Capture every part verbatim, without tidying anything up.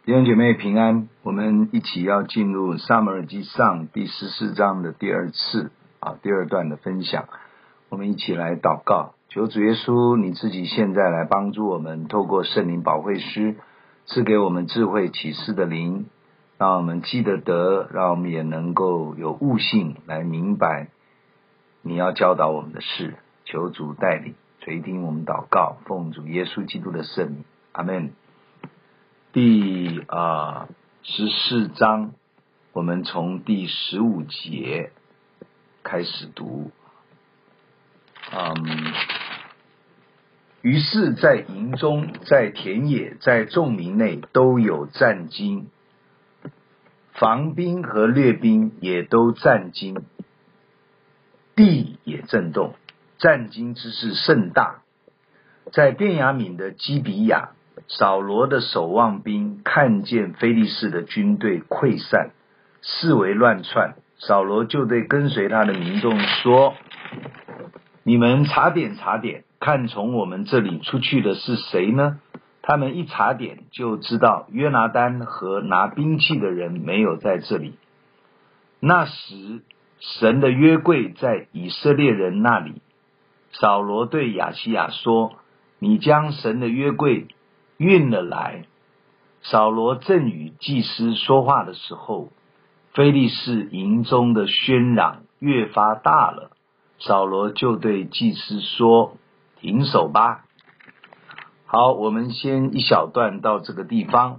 弟兄姐妹平安，我们一起要进入撒母耳记上第十四章的第二次啊第二段的分享。我们一起来祷告，求主耶稣你自己现在来帮助我们，透过圣灵保惠师赐给我们智慧启示的灵，让我们记得得，让我们也能够有悟性来明白你要教导我们的事。求主带领垂听我们祷告，奉主耶稣基督的圣名，阿们。第啊十四章，我们从第十五节开始读。嗯，于是，在营中，在田野，在众民内，都有战惊，防兵和掠兵也都战惊，地也震动，战惊之势甚大。在便雅悯的基比亚，扫罗的守望兵看见非利士的军队溃散，四围乱窜，扫罗就对跟随他的民众说：你们查点查点，看从我们这里出去的是谁呢？他们一查点就知道约拿单和拿兵器的人没有在这里。那时神的约柜在以色列人那里，扫罗对亚西亚说：你将神的约柜运了来。扫罗正与祭司说话的时候，非利士营中的喧嚷越发大了。扫罗就对祭司说：停手吧。好，我们先一小段到这个地方。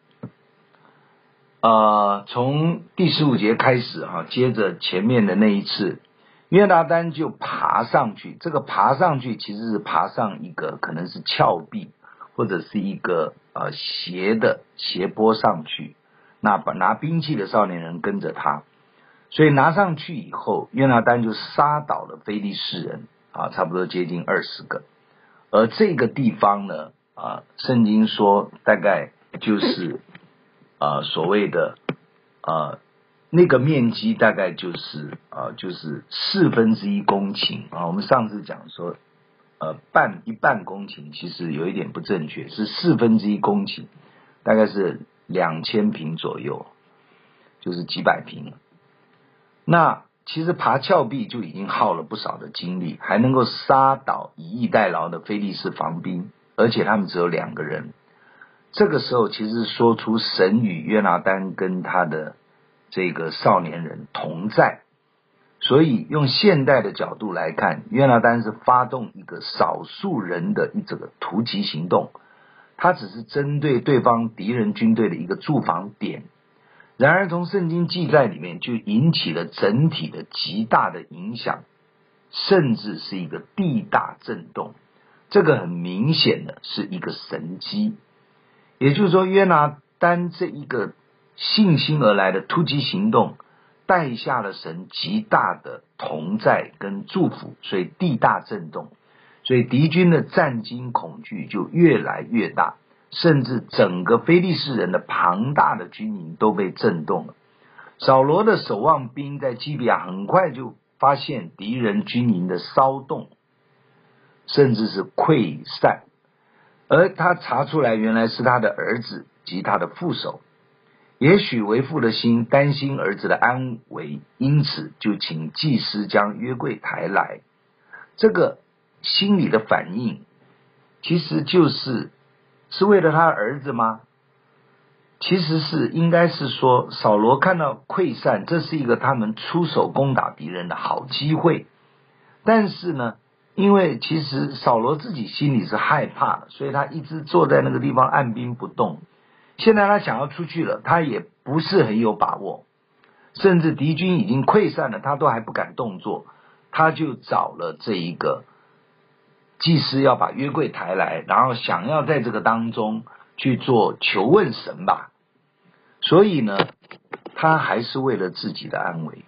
呃，从第十五节开始哈，接着前面的那一次，约拿单就爬上去。这个爬上去其实是爬上一个可能是峭壁，或者是一个呃斜的斜坡上去。那把拿兵器的少年人跟着他，所以拿上去以后，约拿单就杀倒了非利士人啊，差不多接近二十个。而这个地方呢，啊，圣经说大概就是啊所谓的啊那个面积大概就是啊就是四分之一公顷啊。我们上次讲说，呃半一半公顷，其实有一点不正确，是四分之一公顷，大概是两千平左右，就是几百平。那其实爬峭壁就已经耗了不少的精力，还能够杀倒以逸待劳的非利士防兵，而且他们只有两个人。这个时候其实说出神与约拿单跟他的这个少年人同在，所以用现代的角度来看，约拿单是发动一个少数人的一整个突击行动，他只是针对对方敌人军队的一个驻防点。然而从圣经记载里面就引起了整体的极大的影响，甚至是一个地大震动。这个很明显的是一个神迹，也就是说约拿单这一个信心而来的突击行动带下了神极大的同在跟祝福，所以地大震动，所以敌军的战惊恐惧就越来越大，甚至整个非利士人的庞大的军营都被震动了。扫罗的守望兵在基比亚很快就发现敌人军营的骚动，甚至是溃散，而他查出来原来是他的儿子及他的副手。也许为父的心担心儿子的安危，因此就请祭司将约柜抬来。这个心理的反应其实就是是为了他儿子吗？其实是应该是说，扫罗看到溃散，这是一个他们出手攻打敌人的好机会。但是呢，因为其实扫罗自己心里是害怕的，所以他一直坐在那个地方按兵不动。现在他想要出去了，他也不是很有把握，甚至敌军已经溃散了，他都还不敢动作。他就找了这一个祭司要把约柜抬来，然后想要在这个当中去做求问神吧。所以呢，他还是为了自己的安危。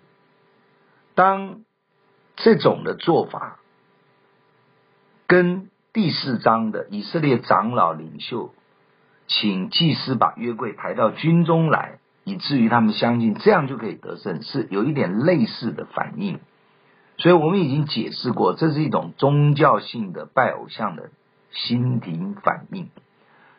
当这种的做法跟第四章的以色列长老领袖请祭司把约柜抬到军中来，以至于他们相信这样就可以得胜，是有一点类似的反应。所以我们已经解释过，这是一种宗教性的拜偶像的心灵反应。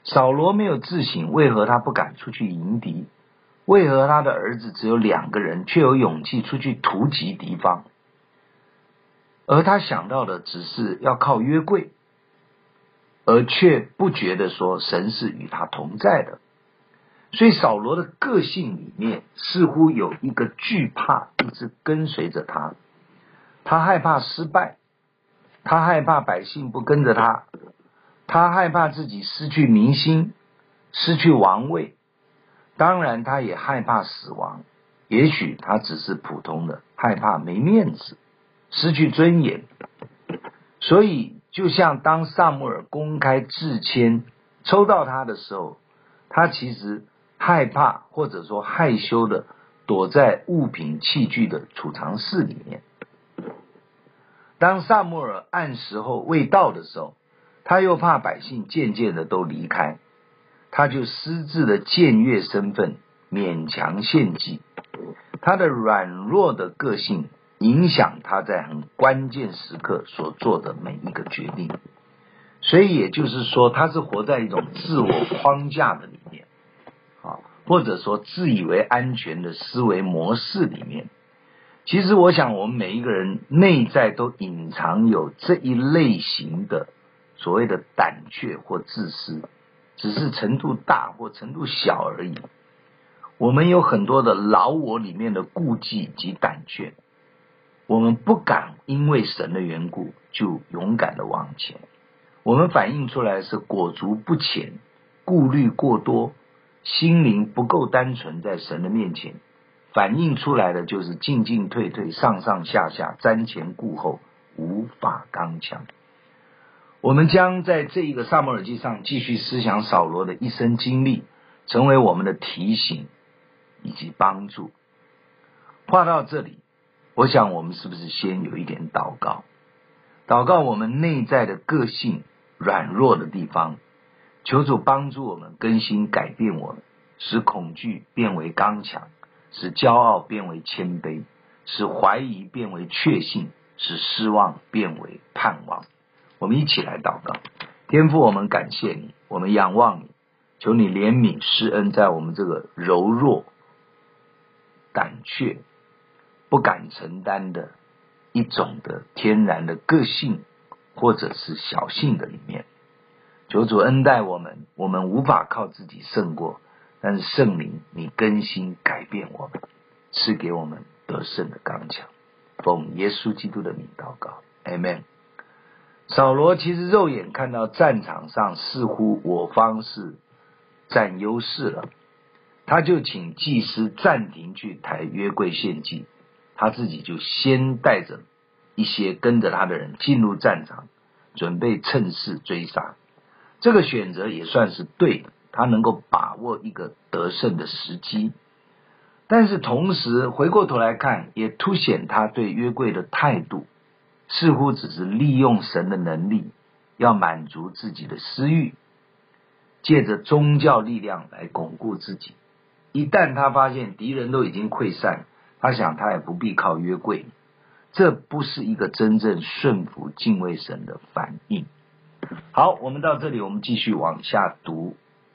扫罗没有自省，为何他不敢出去迎敌？为何他的儿子只有两个人，却有勇气出去突击敌方？而他想到的只是要靠约柜，而却不觉得说神是与他同在的。所以扫罗的个性里面似乎有一个惧怕一直跟随着他，他害怕失败，他害怕百姓不跟着他，他害怕自己失去民心，失去王位，当然他也害怕死亡，也许他只是普通的害怕没面子，失去尊严。所以就像当撒母耳公开致签抽到他的时候，他其实害怕或者说害羞的躲在物品器具的储藏室里面。当撒母耳按时候未到的时候，他又怕百姓渐渐的都离开，他就私自的僭越身份，勉强献祭。他的软弱的个性影响他在很关键时刻所做的每一个决定，所以也就是说他是活在一种自我框架的里面，或者说自以为安全的思维模式里面。其实我想我们每一个人内在都隐藏有这一类型的所谓的胆怯或自私，只是程度大或程度小而已。我们有很多的老我里面的顾忌及胆怯，我们不敢因为神的缘故就勇敢的往前，我们反映出来是裹足不前，顾虑过多，心灵不够单纯，在神的面前反映出来的就是进进退退，上上下下，瞻前顾后，无法刚强。我们将在这一个撒母耳记上继续思想扫罗的一生经历，成为我们的提醒以及帮助。话到这里，我想我们是不是先有一点祷告，祷告我们内在的个性软弱的地方，求主帮助我们更新改变我们，使恐惧变为刚强，使骄傲变为谦卑，使怀疑变为确信，使失望变为盼望。我们一起来祷告。天父，我们感谢你，我们仰望你，求你怜悯施恩在我们这个柔弱胆怯不敢承担的一种的天然的个性或者是小性的里面。求主恩待我们，我们无法靠自己胜过，但是圣灵你更新改变我们，赐给我们得胜的刚强。奉耶稣基督的名祷告， Amen。 扫罗其实肉眼看到战场上似乎我方是占优势了，他就请祭司暂停去抬约柜献祭，他自己就先带着一些跟着他的人进入战场，准备趁势追杀。这个选择也算是对的，他能够把握一个得胜的时机。但是同时回过头来看，也凸显他对约柜的态度，似乎只是利用神的能力，要满足自己的私欲，借着宗教力量来巩固自己。一旦他发现敌人都已经溃散，他想他也不必靠约柜，这不是一个真正顺服敬畏神的反应。好，我们到这里，我们继续往下读。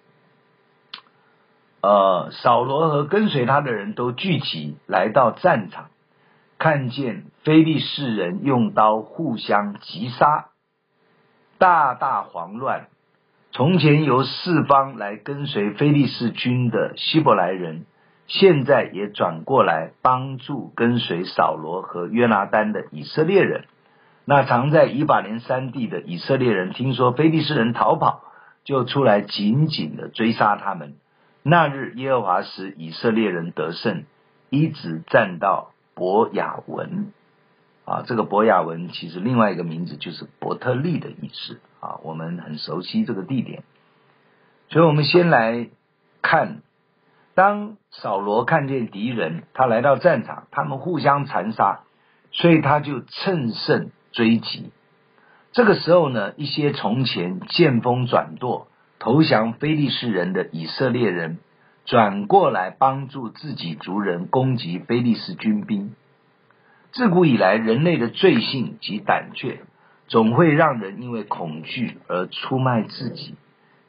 呃，扫罗和跟随他的人都聚集来到战场，看见非利士人用刀互相击杀，大大慌乱。从前由四方来跟随非利士军的希伯来人，现在也转过来帮助跟随扫罗和约拿单的以色列人。那藏在以法莲山地的以色列人听说非利士人逃跑，就出来紧紧的追杀他们。那日耶和华使以色列人得胜，一直战到伯亚文。啊，这个伯亚文其实另外一个名字就是伯特利的意思啊，我们很熟悉这个地点。所以我们先来看，当扫罗看见敌人，他来到战场，他们互相残杀，所以他就乘胜追击。这个时候呢，一些从前见风转舵投降非利士人的以色列人，转过来帮助自己族人攻击非利士军兵。自古以来，人类的罪性及胆怯总会让人因为恐惧而出卖自己，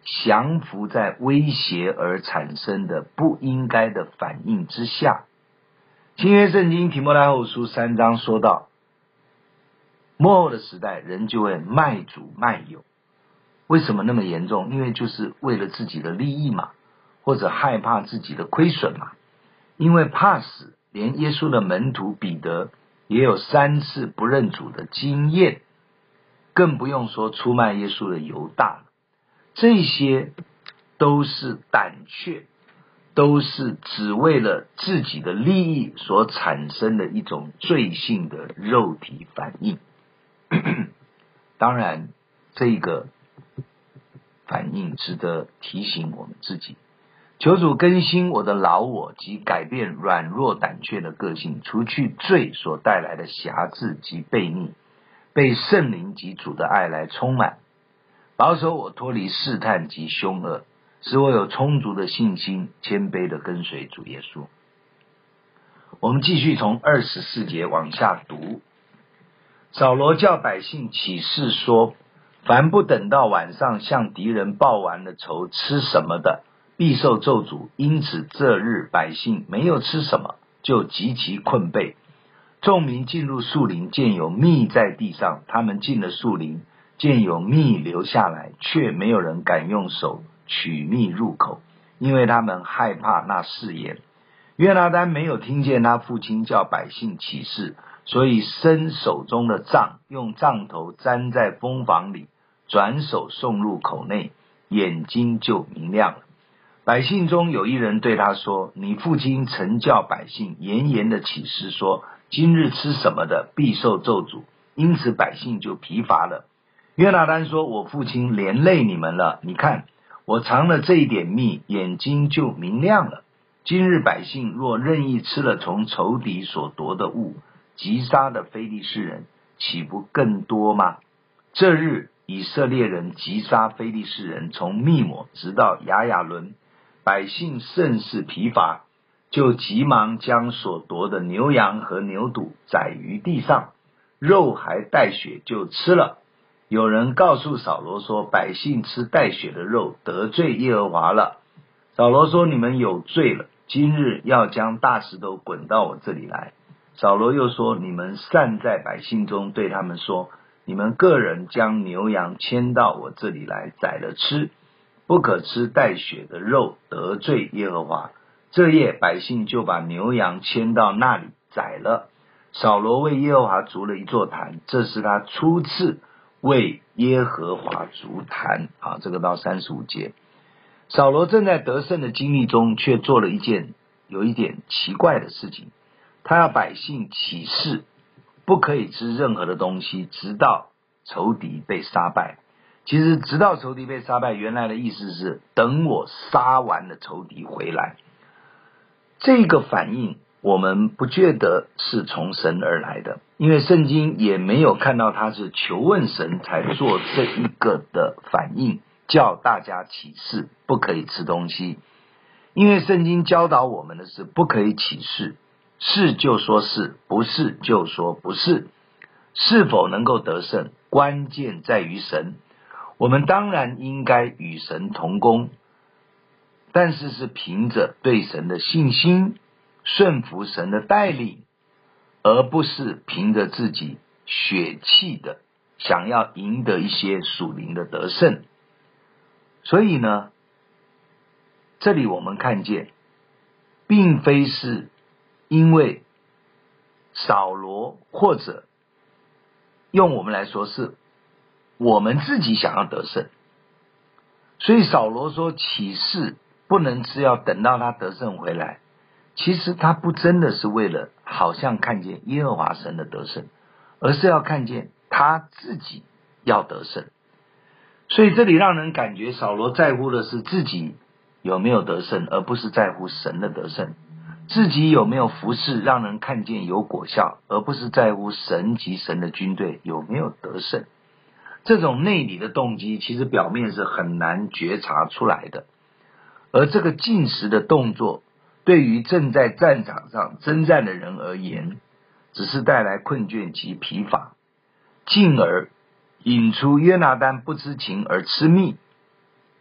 降服在威胁而产生的不应该的反应之下。新约圣经提摩太后书三章说到，末后的时代人就会卖主卖友。为什么那么严重？因为就是为了自己的利益嘛，或者害怕自己的亏损嘛。因为怕死，连耶稣的门徒彼得也有三次不认主的经验，更不用说出卖耶稣的犹大了。这些都是胆怯，都是只为了自己的利益所产生的一种罪性的肉体反应。当然这个反应值得提醒我们自己，求主更新我的老我及改变软弱胆怯的个性，除去罪所带来的辖制及悖逆，被圣灵及主的爱来充满，保守我脱离试探及凶恶，使我有充足的信心，谦卑的跟随主耶稣。我们继续从二十四节往下读。扫罗叫百姓起誓说，凡不等到晚上向敌人报完了仇，吃什么的，必受咒诅。因此这日百姓没有吃什么，就极其困惫。众民进入树林，见有蜜在地上，他们进了树林，见有蜜流下来，却没有人敢用手取蜜入口，因为他们害怕那誓言。约拿单没有听见他父亲叫百姓起誓，所以伸手中的杖，用杖头粘在蜂房里，转手送入口内，眼睛就明亮了。百姓中有一人对他说，你父亲曾叫百姓严严的起誓说，今日吃什么的必受咒诅，因此百姓就疲乏了。约拿单说，我父亲连累你们了，你看我尝了这一点蜜，眼睛就明亮了。今日百姓若任意吃了从仇敌所夺的物，击杀的非利士人，岂不更多吗？这日以色列人击杀非利士人，从密抹直到亚雅伦，百姓甚是疲乏，就急忙将所夺的牛羊和牛犊宰于地上，肉还带血就吃了。有人告诉扫罗说，百姓吃带血的肉，得罪耶和华了。扫罗说，你们有罪了，今日要将大石头滚到我这里来。扫罗又说，你们散在百姓中，对他们说，你们个人将牛羊牵到我这里来宰了吃，不可吃带血的肉，得罪耶和华。这夜百姓就把牛羊牵到那里宰了。扫罗为耶和华筑了一座坛，这是他初次为耶和华筑坛。好，这个到三十五节。扫罗正在得胜的经历中，却做了一件有一点奇怪的事情。他要百姓起誓，不可以吃任何的东西，直到仇敌被杀败。其实直到仇敌被杀败，原来的意思是等我杀完了仇敌回来。这个反应我们不觉得是从神而来的，因为圣经也没有看到他是求问神才做这一个的反应，叫大家起誓不可以吃东西。因为圣经教导我们的是不可以起誓，是就说是，不是就说不是。是否能够得胜，关键在于神。我们当然应该与神同工，但是是凭着对神的信心，顺服神的带领，而不是凭着自己血气的想要赢得一些属灵的得胜。所以呢，这里我们看见，并非是因为扫罗，或者用我们来说是我们自己想要得胜。所以扫罗说起誓不能吃，要等到他得胜回来，其实他不真的是为了好像看见耶和华神的得胜，而是要看见他自己要得胜。所以这里让人感觉扫罗在乎的是自己有没有得胜，而不是在乎神的得胜。自己有没有服侍让人看见有果效，而不是在乎神及神的军队有没有得胜。这种内里的动机其实表面是很难觉察出来的。而这个进食的动作对于正在战场上征战的人而言，只是带来困倦及疲乏，进而引出约拿单不知情而吃蜜。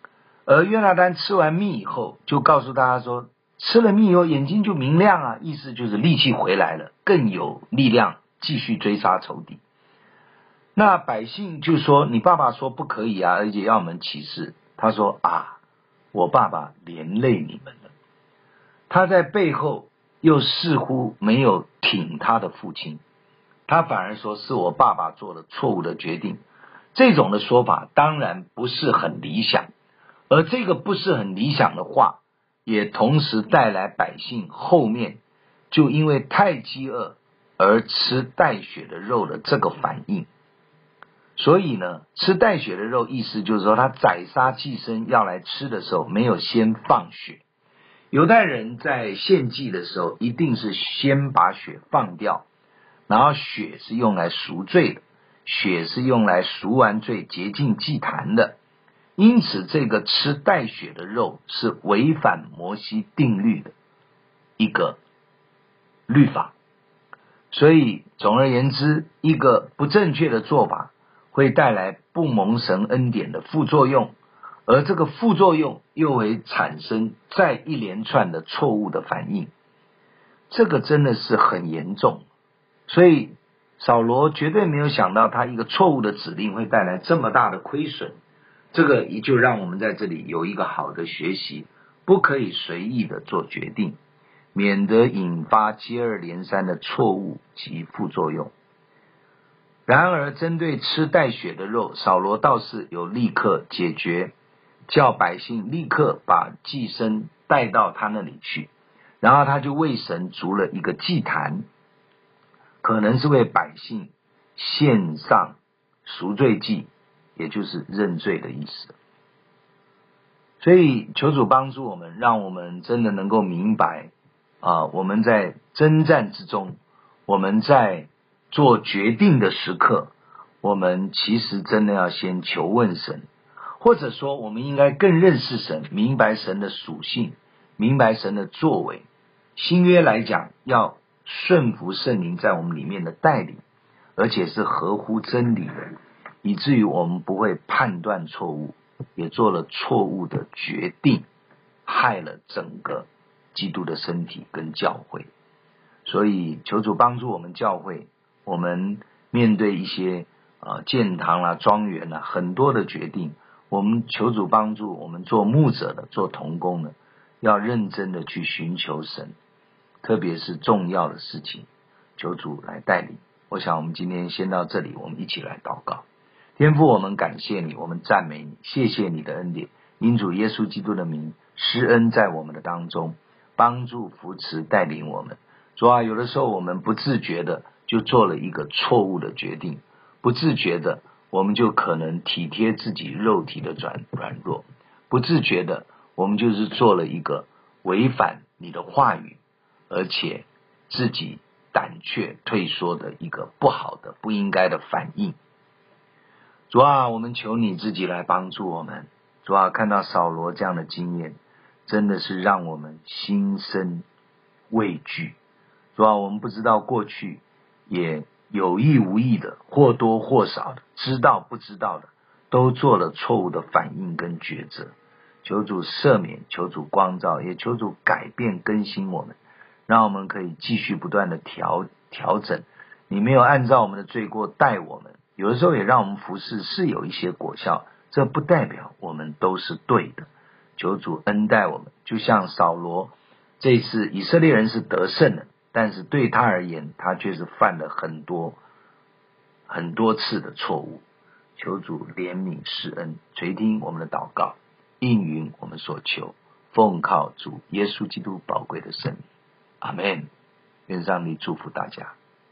而约拿单吃完蜜以后，就告诉大家说，吃了蜜以后眼睛就明亮啊，意思就是力气回来了，更有力量继续追杀仇敌。那百姓就说，你爸爸说不可以啊，而且要我们起誓。他说啊，我爸爸连累你们了。他在背后又似乎没有挺他的父亲，他反而说是我爸爸做了错误的决定。这种的说法当然不是很理想，而这个不是很理想的话，也同时带来百姓后面就因为太饥饿而吃带血的肉的这个反应。所以呢，吃带血的肉意思就是说，他宰杀祭牲要来吃的时候没有先放血。犹太人在献祭的时候一定是先把血放掉，然后血是用来赎罪的，血是用来赎完罪洁净祭坛的。因此这个吃带血的肉是违反摩西定律的一个律法。所以总而言之，一个不正确的做法会带来不蒙神恩典的副作用，而这个副作用又会产生再一连串的错误的反应，这个真的是很严重。所以扫罗绝对没有想到他一个错误的指令会带来这么大的亏损，这个也就让我们在这里有一个好的学习，不可以随意的做决定，免得引发接二连三的错误及副作用。然而针对吃带血的肉，扫罗倒是有立刻解决，叫百姓立刻把祭牲带到他那里去，然后他就为神筑了一个祭坛，可能是为百姓献上赎罪祭，也就是认罪的意思。所以求主帮助我们，让我们真的能够明白啊，我们在征战之中，我们在做决定的时刻，我们其实真的要先求问神，或者说我们应该更认识神，明白神的属性，明白神的作为。新约来讲，要顺服圣灵在我们里面的带领，而且是合乎真理的，以至于我们不会判断错误，也做了错误的决定，害了整个基督的身体跟教会。所以求主帮助我们教会，我们面对一些呃建堂啦、庄园啦很多的决定，我们求主帮助我们做牧者的、做同工的，要认真的去寻求神，特别是重要的事情，求主来带领。我想我们今天先到这里，我们一起来祷告。天父，我们感谢你，我们赞美你，谢谢你的恩典，因主耶稣基督的名施恩在我们的当中，帮助扶持带领我们。主啊，有的时候我们不自觉的就做了一个错误的决定，不自觉的我们就可能体贴自己肉体的软软弱，不自觉的我们就是做了一个违反你的话语，而且自己胆怯退缩的一个不好的不应该的反应。主啊，我们求你自己来帮助我们。主啊，看到扫罗这样的经验，真的是让我们心生畏惧。主啊，我们不知道过去也有意无意的，或多或少的，知道不知道的，都做了错误的反应跟抉择。求主赦免，求主光照，也求主改变更新我们，让我们可以继续不断的调调整。你没有按照我们的罪过待我们，有的时候也让我们服侍是有一些果效，这不代表我们都是对的。求主恩待我们，就像扫罗这次以色列人是得胜的，但是对他而言，他却是犯了很多很多次的错误。求主怜悯施恩，垂听我们的祷告，应允我们所求，奉靠主耶稣基督宝贵的圣名，阿们。愿上帝祝福大家。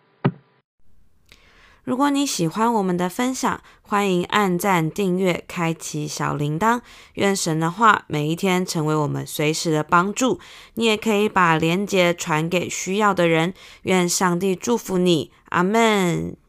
如果你喜欢我们的分享，欢迎按赞、订阅、开启小铃铛。愿神的话每一天成为我们随时的帮助。你也可以把连结传给需要的人。愿上帝祝福你，阿们。